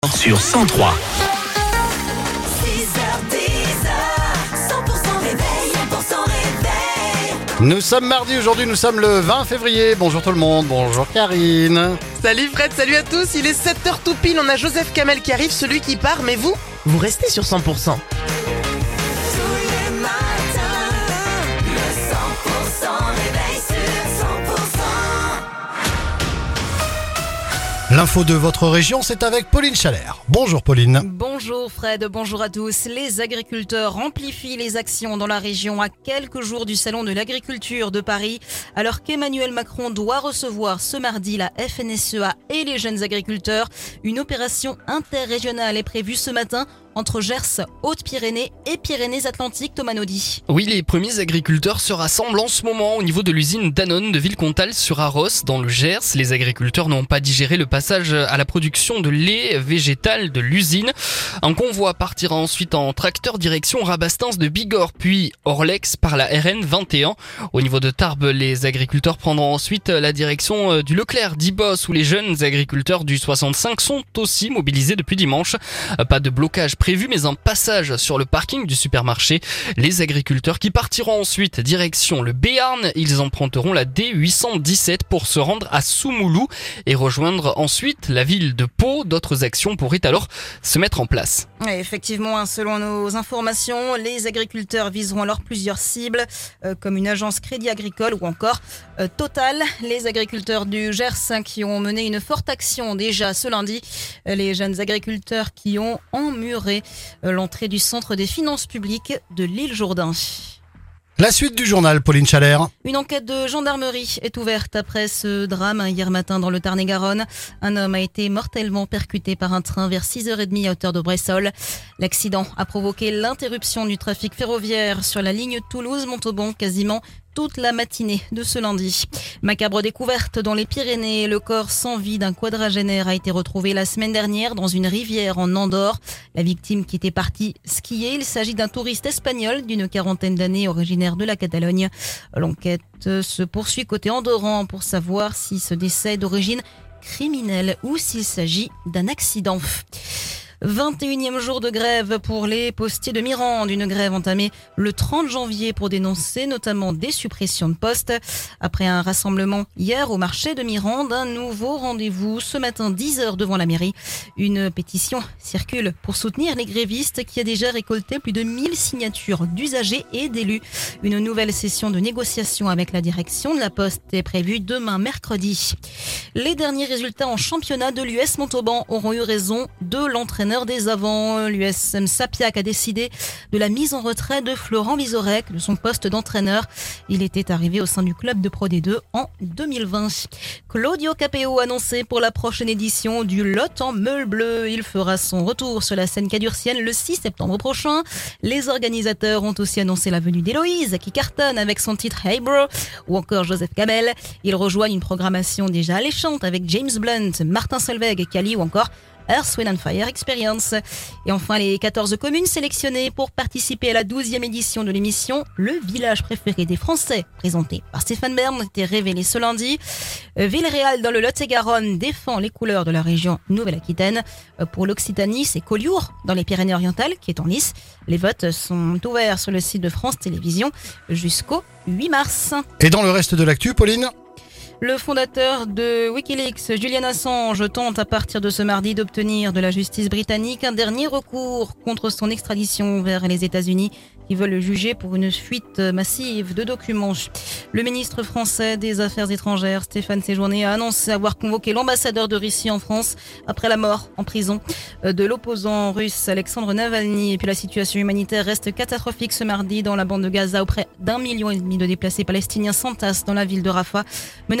Sur 103. 100% réveil, 100% réveil. Nous sommes mardi, aujourd'hui nous sommes le 20 février. Bonjour tout le monde, bonjour Karine. Salut Fred, salut à tous, il est 7h tout pile, on a Joseph Kamel qui arrive, celui qui part, mais vous restez sur 100%. Tous les matins, le 100% réveil sur 100%. L'info de votre région, c'est avec Pauline Chalère. Bonjour Pauline. Bonjour Fred, bonjour à tous. Les agriculteurs amplifient les actions dans la région à quelques jours du Salon de l'agriculture de Paris, alors qu'Emmanuel Macron doit recevoir ce mardi la FNSEA et les jeunes agriculteurs. Une opération interrégionale est prévue ce matin entre Gers, Hautes-Pyrénées et Pyrénées-Atlantiques. Thomas Naudy. Oui, les premiers agriculteurs se rassemblent en ce moment au niveau de l'usine Danone de Villecontal sur Arros, dans le Gers. Les agriculteurs n'ont pas digéré le passage à la production de lait végétal de l'usine. Un convoi partira ensuite en tracteur direction Rabastens de Bigorre, puis Orlex par la RN 21. Au niveau de Tarbes, les agriculteurs prendront ensuite la direction du Leclerc d'Ibos, où les jeunes agriculteurs du 65 sont aussi mobilisés depuis dimanche. Pas de blocage prévu, mais un passage sur le parking du supermarché. Les agriculteurs qui partiront ensuite direction le Béarn, ils emprunteront la D817 pour se rendre à Soumoulou et rejoindre ensuite la ville de Pau. D'autres actions pourraient alors se mettre en place. Et effectivement, selon nos informations, les agriculteurs viseront alors plusieurs cibles, comme une agence Crédit Agricole ou encore Total. Les agriculteurs du Gers qui ont mené une forte action déjà ce lundi. Les jeunes agriculteurs qui ont emmuré l'entrée du centre des finances publiques de l'île Jourdain. La suite du journal, Pauline Chalère. Une enquête de gendarmerie est ouverte après ce drame hier matin dans le Tarn-et-Garonne. Un homme a été mortellement percuté par un train vers 6h30 à hauteur de Bressolles. L'accident a provoqué l'interruption du trafic ferroviaire sur la ligne Toulouse-Montauban quasiment toute la matinée de ce lundi. Macabre découverte dans les Pyrénées. Le corps sans vie d'un quadragénaire a été retrouvé la semaine dernière dans une rivière en Andorre. La victime qui était partie skier, il s'agit d'un touriste espagnol d'une quarantaine d'années originaire de la Catalogne. L'enquête se poursuit côté andorran pour savoir si ce décès est d'origine criminelle ou s'il s'agit d'un accident. 21e jour de grève pour les postiers de Mirande. Une grève entamée le 30 janvier pour dénoncer notamment des suppressions de postes. Après un rassemblement hier au marché de Mirande, un nouveau rendez-vous ce matin 10h devant la mairie. Une pétition circule pour soutenir les grévistes qui a déjà récolté plus de 1000 signatures d'usagers et d'élus. Une nouvelle session de négociation avec la direction de la Poste est prévue demain mercredi. Les derniers résultats en championnat de l'US Montauban auront eu raison de l'entraîneur des avants. L'USM Sapiac a décidé de la mise en retrait de Florent Vizorek de son poste d'entraîneur. Il était arrivé au sein du club de Pro D2 en 2020. Claudio Capéo annoncé pour la prochaine édition du Lot en Meule Bleue. Il fera son retour sur la scène cadurcienne le 6 septembre prochain. Les organisateurs ont aussi annoncé la venue d'Héloïse qui cartonne avec son titre Hey Bro ou encore Joseph Kamel. Ils rejoignent une programmation déjà alléchante avec James Blunt, Martin Solveig, Kali ou encore Earth, Wind & Fire Experience. Et enfin, les 14 communes sélectionnées pour participer à la 12e édition de l'émission Le village préféré des Français, présenté par Stéphane Bern, ont été révélées ce lundi. Villeréal dans le Lot-et-Garonne défend les couleurs de la région Nouvelle-Aquitaine. Pour l'Occitanie, c'est Collioure dans les Pyrénées-Orientales qui est en lice. Les votes sont ouverts sur le site de France Télévisions jusqu'au 8 mars. Et dans le reste de l'actu, Pauline ? Le fondateur de Wikileaks, Julian Assange, tente à partir de ce mardi d'obtenir de la justice britannique un dernier recours contre son extradition vers les États-Unis qui veulent le juger pour une fuite massive de documents. Le ministre français des Affaires étrangères, Stéphane Séjourné, a annoncé avoir convoqué l'ambassadeur de Russie en France après la mort en prison de l'opposant russe Alexandre Navalny. Et puis la situation humanitaire reste catastrophique ce mardi dans la bande de Gaza où près d'1,5 million de déplacés palestiniens s'entassent dans la ville de Rafah.